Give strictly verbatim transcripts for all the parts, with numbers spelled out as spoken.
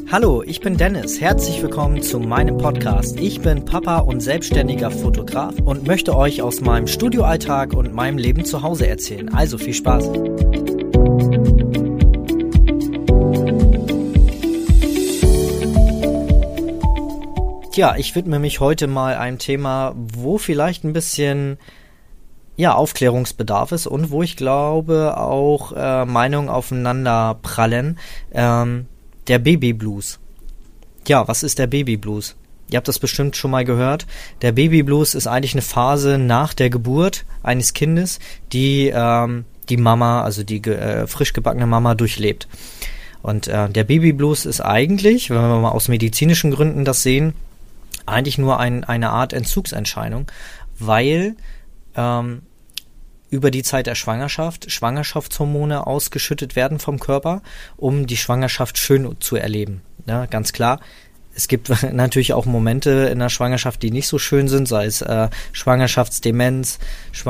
Hallo, ich bin Dennis. Herzlich willkommen zu meinem Podcast. Ich bin Papa und selbstständiger Fotograf und möchte euch aus meinem Studioalltag und meinem Leben zu Hause erzählen. Also viel Spaß. Tja, ich widme mich heute mal einem Thema, wo vielleicht ein bisschen ja, Aufklärungsbedarf ist und wo ich glaube auch äh, Meinungen aufeinander prallen. Ähm, Der Babyblues. Ja, was ist der Babyblues? Ihr habt das bestimmt schon mal gehört. Der Babyblues ist eigentlich eine Phase nach der Geburt eines Kindes, die ähm, die Mama, also die äh, frisch gebackene Mama durchlebt. Und äh, der Babyblues ist eigentlich, wenn wir mal aus medizinischen Gründen das sehen, eigentlich nur ein, eine Art Entzugserscheinung, weil ähm, über die Zeit der Schwangerschaft Schwangerschaftshormone ausgeschüttet werden vom Körper, um die Schwangerschaft schön zu erleben. Ja, ganz klar. Es gibt natürlich auch Momente in der Schwangerschaft, die nicht so schön sind, sei es äh, Schwangerschaftsdemenz,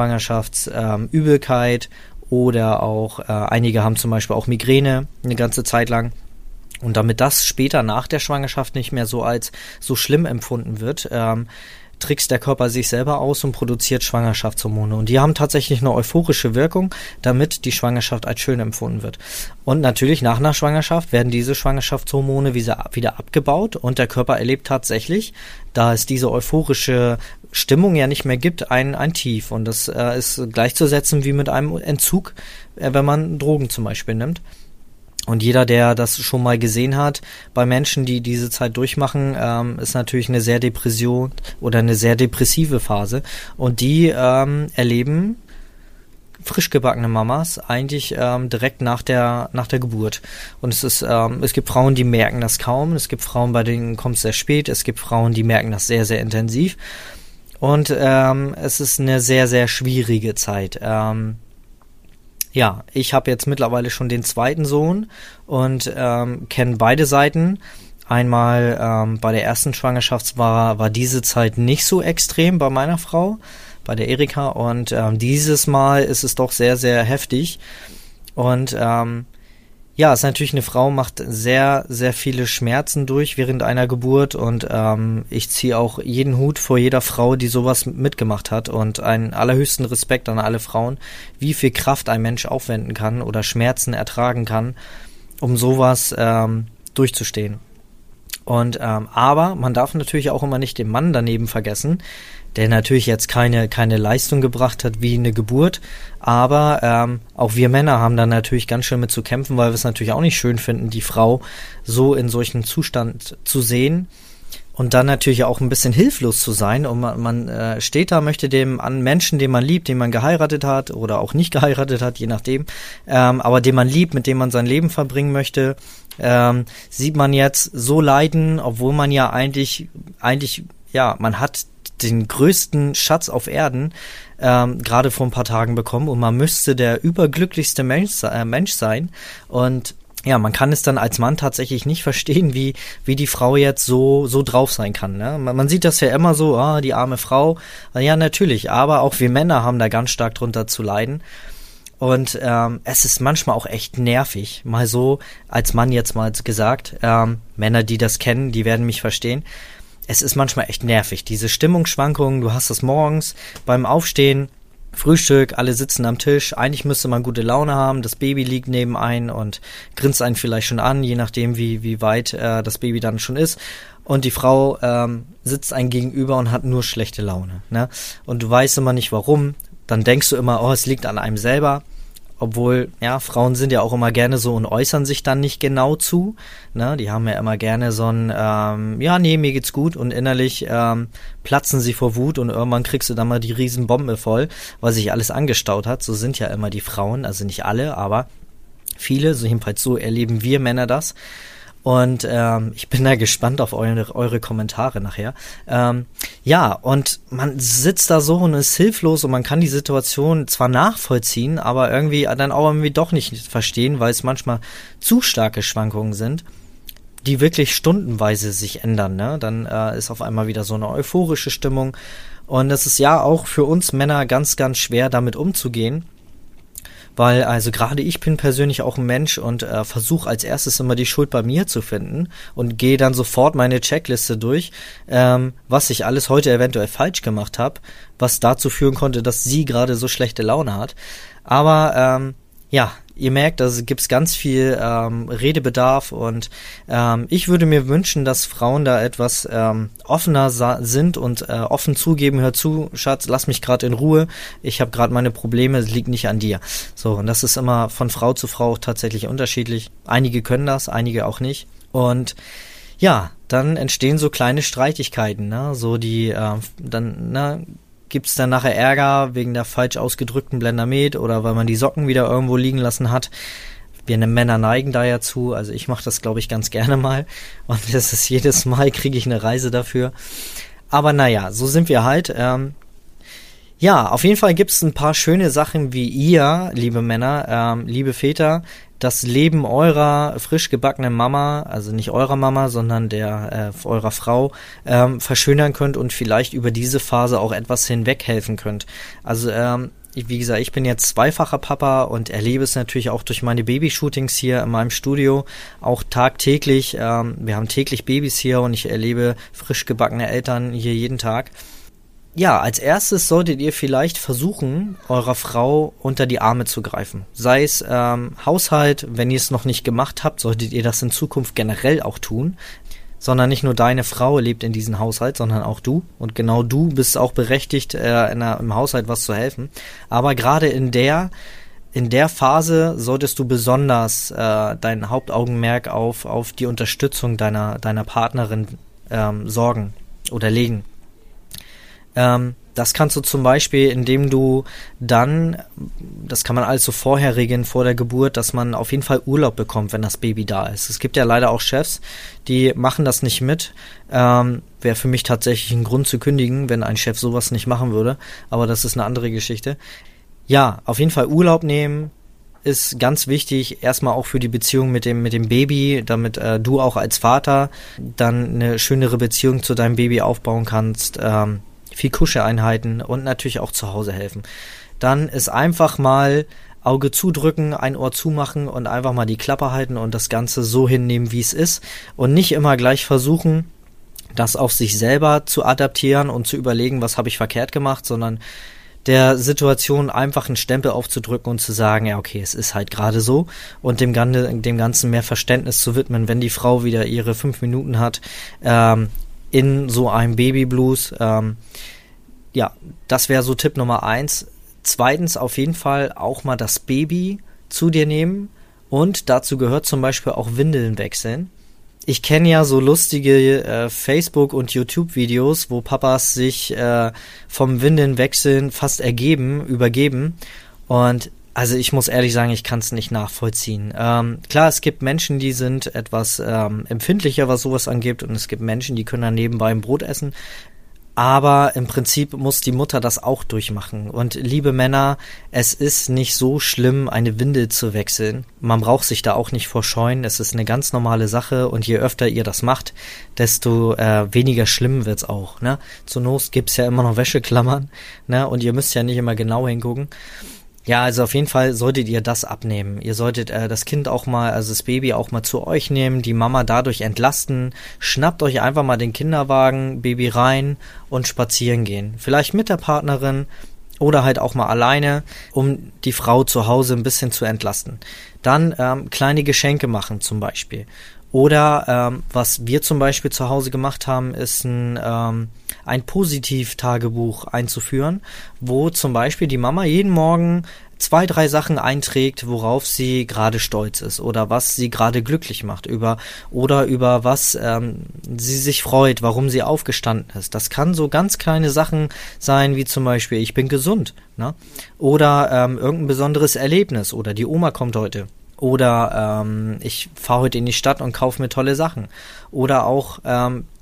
Schwangerschaftsübelkeit ähm, oder auch, äh, einige haben zum Beispiel auch Migräne eine ganze Zeit lang. Und damit das später nach der Schwangerschaft nicht mehr so als so schlimm empfunden wird, ähm, trickst der Körper sich selber aus und produziert Schwangerschaftshormone. Und die haben tatsächlich eine euphorische Wirkung, damit die Schwangerschaft als schön empfunden wird. Und natürlich nach einer Schwangerschaft werden diese Schwangerschaftshormone wieder abgebaut und der Körper erlebt tatsächlich, da es diese euphorische Stimmung ja nicht mehr gibt, ein, ein Tief. Und das äh, ist gleichzusetzen wie mit einem Entzug, äh, wenn man Drogen zum Beispiel nimmt. Und jeder, der das schon mal gesehen hat, bei Menschen, die diese Zeit durchmachen, ähm, ist natürlich eine sehr Depression oder eine sehr depressive Phase. Und die ähm, erleben frisch gebackene Mamas eigentlich ähm, direkt nach der nach der Geburt. Und es ist ähm, es gibt Frauen, die merken das kaum. Es gibt Frauen, bei denen kommt es sehr spät. Es gibt Frauen, die merken das sehr, sehr intensiv. Und ähm, es ist eine sehr, sehr schwierige Zeit. Ähm, Ja, ich habe jetzt mittlerweile schon den zweiten Sohn und ähm, kenne beide Seiten. Einmal ähm, bei der ersten Schwangerschaft war, war diese Zeit nicht so extrem bei meiner Frau, bei der Erika. Und ähm, dieses Mal ist es doch sehr, sehr heftig. Und ähm, ja, es ist natürlich eine Frau, macht sehr, sehr viele Schmerzen durch während einer Geburt und ähm, ich ziehe auch jeden Hut vor jeder Frau, die sowas mitgemacht hat und einen allerhöchsten Respekt an alle Frauen, wie viel Kraft ein Mensch aufwenden kann oder Schmerzen ertragen kann, um sowas ähm, durchzustehen. Und ähm, aber man darf natürlich auch immer nicht den Mann daneben vergessen, der natürlich jetzt keine keine Leistung gebracht hat wie eine Geburt, aber ähm, auch wir Männer haben da natürlich ganz schön mit zu kämpfen, weil wir es natürlich auch nicht schön finden, die Frau so in solchen Zustand zu sehen und dann natürlich auch ein bisschen hilflos zu sein und man, man äh, steht da, möchte dem an Menschen, den man liebt, den man geheiratet hat oder auch nicht geheiratet hat, je nachdem, ähm, aber den man liebt, mit dem man sein Leben verbringen möchte, ähm, sieht man jetzt so leiden, obwohl man ja eigentlich eigentlich ja, man hat den größten Schatz auf Erden ähm, gerade vor ein paar Tagen bekommen und man müsste der überglücklichste Mensch, äh, Mensch sein und ja, man kann es dann als Mann tatsächlich nicht verstehen, wie wie die Frau jetzt so so drauf sein kann. Ne? Man, man sieht das ja immer so, ah, die arme Frau. Ja, natürlich, aber auch wir Männer haben da ganz stark drunter zu leiden. Und ähm, es ist manchmal auch echt nervig, mal so als Mann jetzt mal gesagt. Ähm, Männer, die das kennen, die werden mich verstehen. Es ist manchmal echt nervig, diese Stimmungsschwankungen, du hast das morgens beim Aufstehen, Frühstück, alle sitzen am Tisch, eigentlich müsste man gute Laune haben, das Baby liegt neben einen und grinst einen vielleicht schon an, je nachdem wie wie weit äh, das Baby dann schon ist und die Frau ähm, sitzt einem gegenüber und hat nur schlechte Laune, ne? Und du weißt immer nicht warum, dann denkst du immer, oh, es liegt an einem selber. Obwohl, ja, Frauen sind ja auch immer gerne so und äußern sich dann nicht genau zu, ne, die haben ja immer gerne so ein, ähm, ja, nee, mir geht's gut und innerlich ähm, platzen sie vor Wut und irgendwann kriegst du dann mal die Riesenbombe voll, weil sich alles angestaut hat, so sind ja immer die Frauen, also nicht alle, aber viele, so jedenfalls so erleben wir Männer das. Und ähm, ich bin da gespannt auf eure, eure Kommentare nachher. Ähm, ja, und man sitzt da so und ist hilflos und man kann die Situation zwar nachvollziehen, aber irgendwie dann auch irgendwie doch nicht verstehen, weil es manchmal zu starke Schwankungen sind, die wirklich stundenweise sich ändern. Ne? Dann äh, ist auf einmal wieder so eine euphorische Stimmung. Und es ist ja auch für uns Männer ganz, ganz schwer, damit umzugehen. weil also gerade ich bin persönlich auch ein Mensch und äh, versuche als erstes immer die Schuld bei mir zu finden und gehe dann sofort meine Checkliste durch, ähm, was ich alles heute eventuell falsch gemacht habe, was dazu führen konnte, dass sie gerade so schlechte Laune hat. Aber ähm, ja, ihr merkt, also gibt es ganz viel ähm, Redebedarf und ähm, ich würde mir wünschen, dass Frauen da etwas ähm, offener sa- sind und äh, offen zugeben, hör zu, Schatz, lass mich gerade in Ruhe, ich habe gerade meine Probleme, es liegt nicht an dir. So, und das ist immer von Frau zu Frau tatsächlich unterschiedlich. Einige können das, einige auch nicht. Und ja, dann entstehen so kleine Streitigkeiten, ne? So die, äh, dann, ne, gibt's dann nachher Ärger wegen der falsch ausgedrückten Blendermet oder weil man die Socken wieder irgendwo liegen lassen hat. Wir Männer neigen da ja zu, also ich mache das, glaube ich, ganz gerne mal und das ist jedes Mal, kriege ich eine Reise dafür. Aber naja, so sind wir halt. Ähm, ja, auf jeden Fall gibt's ein paar schöne Sachen, wie ihr, liebe Männer, ähm, liebe Väter, das Leben eurer frisch gebackenen Mama, also nicht eurer Mama, sondern der äh, eurer Frau, ähm, verschönern könnt und vielleicht über diese Phase auch etwas hinweg helfen könnt. Also ähm, wie gesagt, ich bin jetzt zweifacher Papa und erlebe es natürlich auch durch meine Babyshootings hier in meinem Studio, auch tagtäglich. Ähm, wir haben täglich Babys hier und ich erlebe frisch gebackene Eltern hier jeden Tag. Ja, als erstes solltet ihr vielleicht versuchen, eurer Frau unter die Arme zu greifen. Sei es ähm, Haushalt, wenn ihr es noch nicht gemacht habt, solltet ihr das in Zukunft generell auch tun. Sondern nicht nur deine Frau lebt in diesem Haushalt, sondern auch du. Und genau du bist auch berechtigt, äh, in der, im Haushalt was zu helfen. Aber gerade in der in der Phase solltest du besonders äh, dein Hauptaugenmerk auf auf die Unterstützung deiner deiner Partnerin ähm, sorgen oder legen. Ähm, das kannst du zum Beispiel, indem du dann, das kann man alles so vorher regeln, vor der Geburt, dass man auf jeden Fall Urlaub bekommt, wenn das Baby da ist. Es gibt ja leider auch Chefs, die machen das nicht mit. Ähm, wäre für mich tatsächlich ein Grund zu kündigen, wenn ein Chef sowas nicht machen würde. Aber das ist eine andere Geschichte. Ja, auf jeden Fall Urlaub nehmen ist ganz wichtig, erstmal auch für die Beziehung mit dem mit dem Baby, damit äh, du auch als Vater dann eine schönere Beziehung zu deinem Baby aufbauen kannst. Ähm, viel Kuscheleinheiten und natürlich auch zu Hause helfen. Dann ist einfach mal Auge zudrücken, ein Ohr zumachen und einfach mal die Klappe halten und das Ganze so hinnehmen, wie es ist und nicht immer gleich versuchen, das auf sich selber zu adaptieren und zu überlegen, was habe ich verkehrt gemacht, sondern der Situation einfach einen Stempel aufzudrücken und zu sagen, ja okay, es ist halt gerade so und dem, dem Ganzen mehr Verständnis zu widmen, wenn die Frau wieder ihre fünf Minuten hat, ähm, in so einem Babyblues. Ähm, ja, das wäre so Tipp Nummer eins. Zweitens auf jeden Fall auch mal das Baby zu dir nehmen und dazu gehört zum Beispiel auch Windeln wechseln. Ich kenne ja so lustige äh, Facebook- und YouTube-Videos, wo Papas sich äh, vom Windeln wechseln fast ergeben, übergeben und also ich muss ehrlich sagen, ich kann es nicht nachvollziehen. Ähm, klar, es gibt Menschen, die sind etwas ähm, empfindlicher, was sowas angeht und es gibt Menschen, die können dann nebenbei ein Brot essen. Aber im Prinzip muss die Mutter das auch durchmachen. Und liebe Männer, es ist nicht so schlimm, eine Windel zu wechseln. Man braucht sich da auch nicht vor scheuen. Es ist eine ganz normale Sache und je öfter ihr das macht, desto äh, weniger schlimm wird's auch. Ne? Zur Not gibt's ja immer noch Wäscheklammern, ne? Und ihr müsst ja nicht immer genau hingucken. Ja, also auf jeden Fall solltet ihr das abnehmen. Ihr solltet äh, das Kind auch mal, also das Baby auch mal zu euch nehmen, die Mama dadurch entlasten. Schnappt euch einfach mal den Kinderwagen, Baby rein und spazieren gehen. Vielleicht mit der Partnerin oder halt auch mal alleine, um die Frau zu Hause ein bisschen zu entlasten. Dann ähm, kleine Geschenke machen zum Beispiel. Oder ähm, was wir zum Beispiel zu Hause gemacht haben, ist ein, ähm, ein Positiv-Tagebuch einzuführen, wo zum Beispiel die Mama jeden Morgen zwei, drei Sachen einträgt, worauf sie gerade stolz ist oder was sie gerade glücklich macht über oder über was ähm, sie sich freut, warum sie aufgestanden ist. Das kann so ganz kleine Sachen sein, wie zum Beispiel ich bin gesund, ne? Oder ähm, irgendein besonderes Erlebnis oder die Oma kommt heute. Oder ähm, ich fahre heute in die Stadt und kaufe mir tolle Sachen. Oder auch ähm,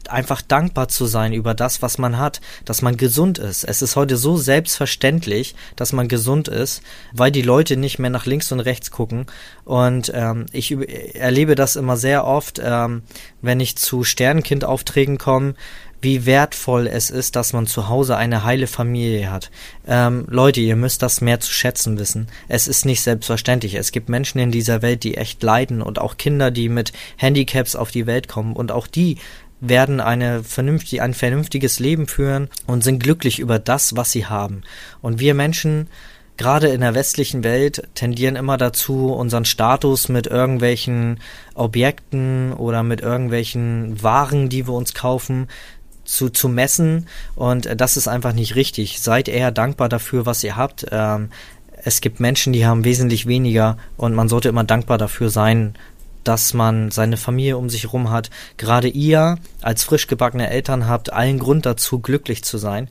einfach dankbar zu sein über das, was man hat, dass man gesund ist. Es ist heute so selbstverständlich, dass man gesund ist, weil die Leute nicht mehr nach links und rechts gucken. Und ähm, ich erlebe das immer sehr oft, ähm, wenn ich zu Sternenkind-Aufträgen komme, wie wertvoll es ist, dass man zu Hause eine heile Familie hat. Ähm, Leute, ihr müsst das mehr zu schätzen wissen. Es ist nicht selbstverständlich. Es gibt Menschen in dieser Welt, die echt leiden und auch Kinder, die mit Handicaps auf die Welt kommen und auch die werden eine vernünftig, ein vernünftiges Leben führen und sind glücklich über das, was sie haben. Und wir Menschen, gerade in der westlichen Welt, tendieren immer dazu, unseren Status mit irgendwelchen Objekten oder mit irgendwelchen Waren, die wir uns kaufen, zu, zu messen, und das ist einfach nicht richtig. Seid eher dankbar dafür, was ihr habt. Ähm, es gibt Menschen, die haben wesentlich weniger, und man sollte immer dankbar dafür sein, dass man seine Familie um sich herum hat. Gerade ihr als frisch gebackene Eltern habt allen Grund dazu, glücklich zu sein.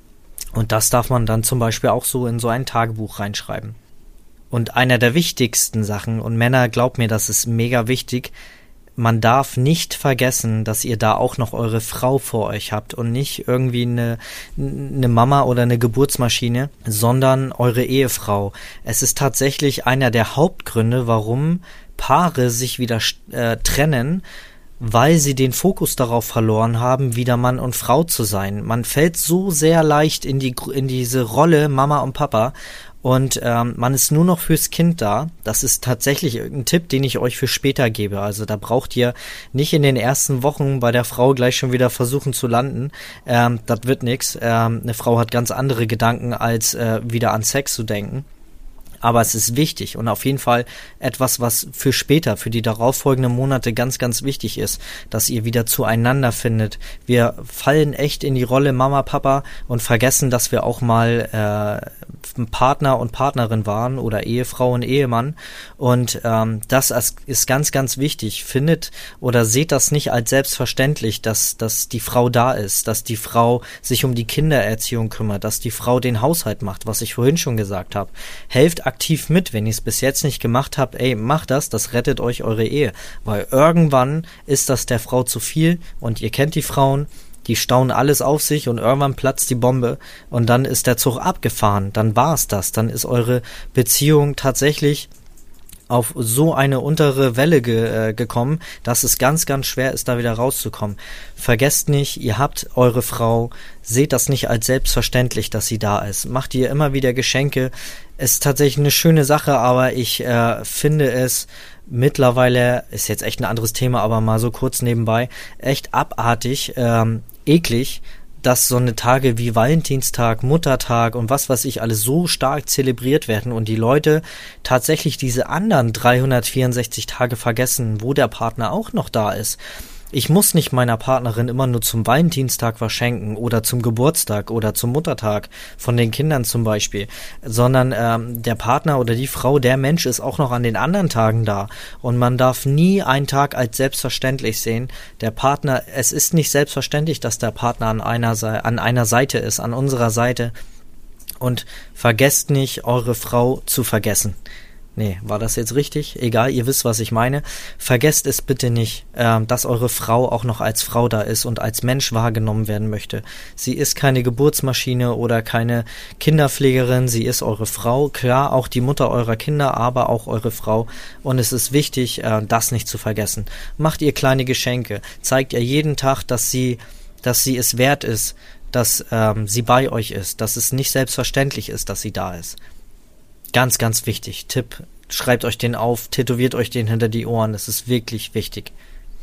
Und das darf man dann zum Beispiel auch so in so ein Tagebuch reinschreiben. Und einer der wichtigsten Sachen, und Männer, glaubt mir, das ist mega wichtig, man darf nicht vergessen, dass ihr da auch noch eure Frau vor euch habt und nicht irgendwie eine, eine Mama oder eine Geburtsmaschine, sondern eure Ehefrau. Es ist tatsächlich einer der Hauptgründe, warum Paare sich wieder äh, trennen, weil sie den Fokus darauf verloren haben, wieder Mann und Frau zu sein. Man fällt so sehr leicht in die in diese Rolle Mama und Papa, und ähm, man ist nur noch fürs Kind da. Das ist tatsächlich ein Tipp, den ich euch für später gebe. Also da braucht ihr nicht in den ersten Wochen bei der Frau gleich schon wieder versuchen zu landen. Ähm, das wird nix. Ähm, eine Frau hat ganz andere Gedanken, als äh, wieder an Sex zu denken. Aber es ist wichtig und auf jeden Fall etwas, was für später, für die darauffolgenden Monate ganz, ganz wichtig ist, dass ihr wieder zueinander findet. Wir fallen echt in die Rolle Mama, Papa und vergessen, dass wir auch mal äh, Partner und Partnerin waren oder Ehefrau und Ehemann. Und ähm, das ist ganz, ganz wichtig. Findet oder seht das nicht als selbstverständlich, dass, dass die Frau da ist, dass die Frau sich um die Kindererziehung kümmert, dass die Frau den Haushalt macht, was ich vorhin schon gesagt habe. Helft aktiv mit, wenn ihr es bis jetzt nicht gemacht habt, ey, macht das, das rettet euch eure Ehe, weil irgendwann ist das der Frau zu viel, und ihr kennt die Frauen, die stauen alles auf sich und irgendwann platzt die Bombe und dann ist der Zug abgefahren, dann war's das, dann ist eure Beziehung tatsächlich auf so eine untere Welle ge, äh, gekommen, dass es ganz, ganz schwer ist, da wieder rauszukommen. Vergesst nicht, ihr habt eure Frau, seht das nicht als selbstverständlich, dass sie da ist. Macht ihr immer wieder Geschenke. Ist tatsächlich eine schöne Sache, aber ich äh, finde es mittlerweile, ist jetzt echt ein anderes Thema, aber mal so kurz nebenbei, echt abartig, ähm, eklig, dass so eine Tage wie Valentinstag, Muttertag und was weiß ich alles so stark zelebriert werden und die Leute tatsächlich diese anderen dreihundertvierundsechzig Tage vergessen, wo der Partner auch noch da ist. Ich muss nicht meiner Partnerin immer nur zum Valentinstag was schenken oder zum Geburtstag oder zum Muttertag von den Kindern zum Beispiel, sondern ähm, der Partner oder die Frau, der Mensch ist auch noch an den anderen Tagen da, und man darf nie einen Tag als selbstverständlich sehen. Der Partner, es ist nicht selbstverständlich, dass der Partner an einer, an einer Seite ist, an unserer Seite, und vergesst nicht, eure Frau zu vergessen. Nee, war das jetzt richtig? Egal, ihr wisst, was ich meine. Vergesst es bitte nicht, äh, dass eure Frau auch noch als Frau da ist und als Mensch wahrgenommen werden möchte. Sie ist keine Geburtsmaschine oder keine Kinderpflegerin, sie ist eure Frau. Klar, auch die Mutter eurer Kinder, aber auch eure Frau. Und es ist wichtig, äh, das nicht zu vergessen. Macht ihr kleine Geschenke. Zeigt ihr jeden Tag, dass sie, dass sie es wert ist, dass ähm, sie bei euch ist, dass es nicht selbstverständlich ist, dass sie da ist. Ganz, ganz wichtig. Tipp, schreibt euch den auf, tätowiert euch den hinter die Ohren. Das ist wirklich wichtig.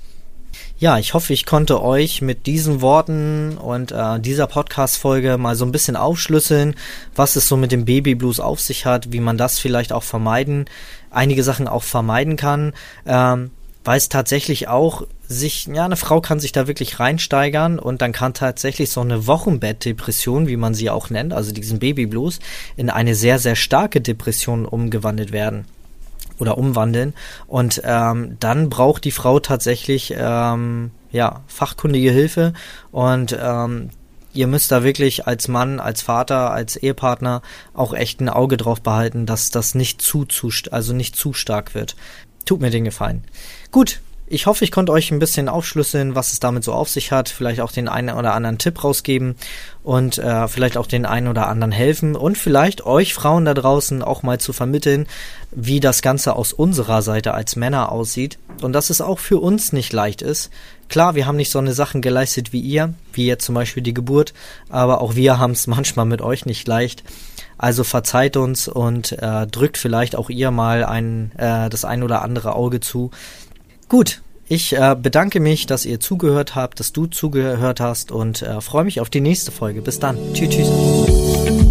Ja, ich hoffe, ich konnte euch mit diesen Worten und äh, dieser Podcast-Folge mal so ein bisschen aufschlüsseln, was es so mit dem Babyblues auf sich hat, wie man das vielleicht auch vermeiden, einige Sachen auch vermeiden kann, ähm, weil es tatsächlich auch sich, ja, eine Frau kann sich da wirklich reinsteigern und dann kann tatsächlich so eine Wochenbettdepression, wie man sie auch nennt, also diesen Babyblues, in eine sehr, sehr starke Depression umgewandelt werden oder umwandeln, und ähm, dann braucht die Frau tatsächlich ähm, ja, fachkundige Hilfe, und ähm, ihr müsst da wirklich als Mann, als Vater, als Ehepartner auch echt ein Auge drauf behalten, dass das nicht zu, zu, also nicht zu stark wird. Tut mir den Gefallen. Gut, Ich hoffe, ich konnte euch ein bisschen aufschlüsseln, was es damit so auf sich hat, vielleicht auch den einen oder anderen Tipp rausgeben und äh, vielleicht auch den einen oder anderen helfen und vielleicht euch Frauen da draußen auch mal zu vermitteln, wie das Ganze aus unserer Seite als Männer aussieht und dass es auch für uns nicht leicht ist. Klar, wir haben nicht so eine Sachen geleistet wie ihr, wie jetzt zum Beispiel die Geburt, aber auch wir haben es manchmal mit euch nicht leicht. Also verzeiht uns und äh, drückt vielleicht auch ihr mal ein, äh, das ein oder andere Auge zu. Gut, ich äh, bedanke mich, dass ihr zugehört habt, dass du zugehört hast und äh, freue mich auf die nächste Folge. Bis dann. Tschüss, tschüss.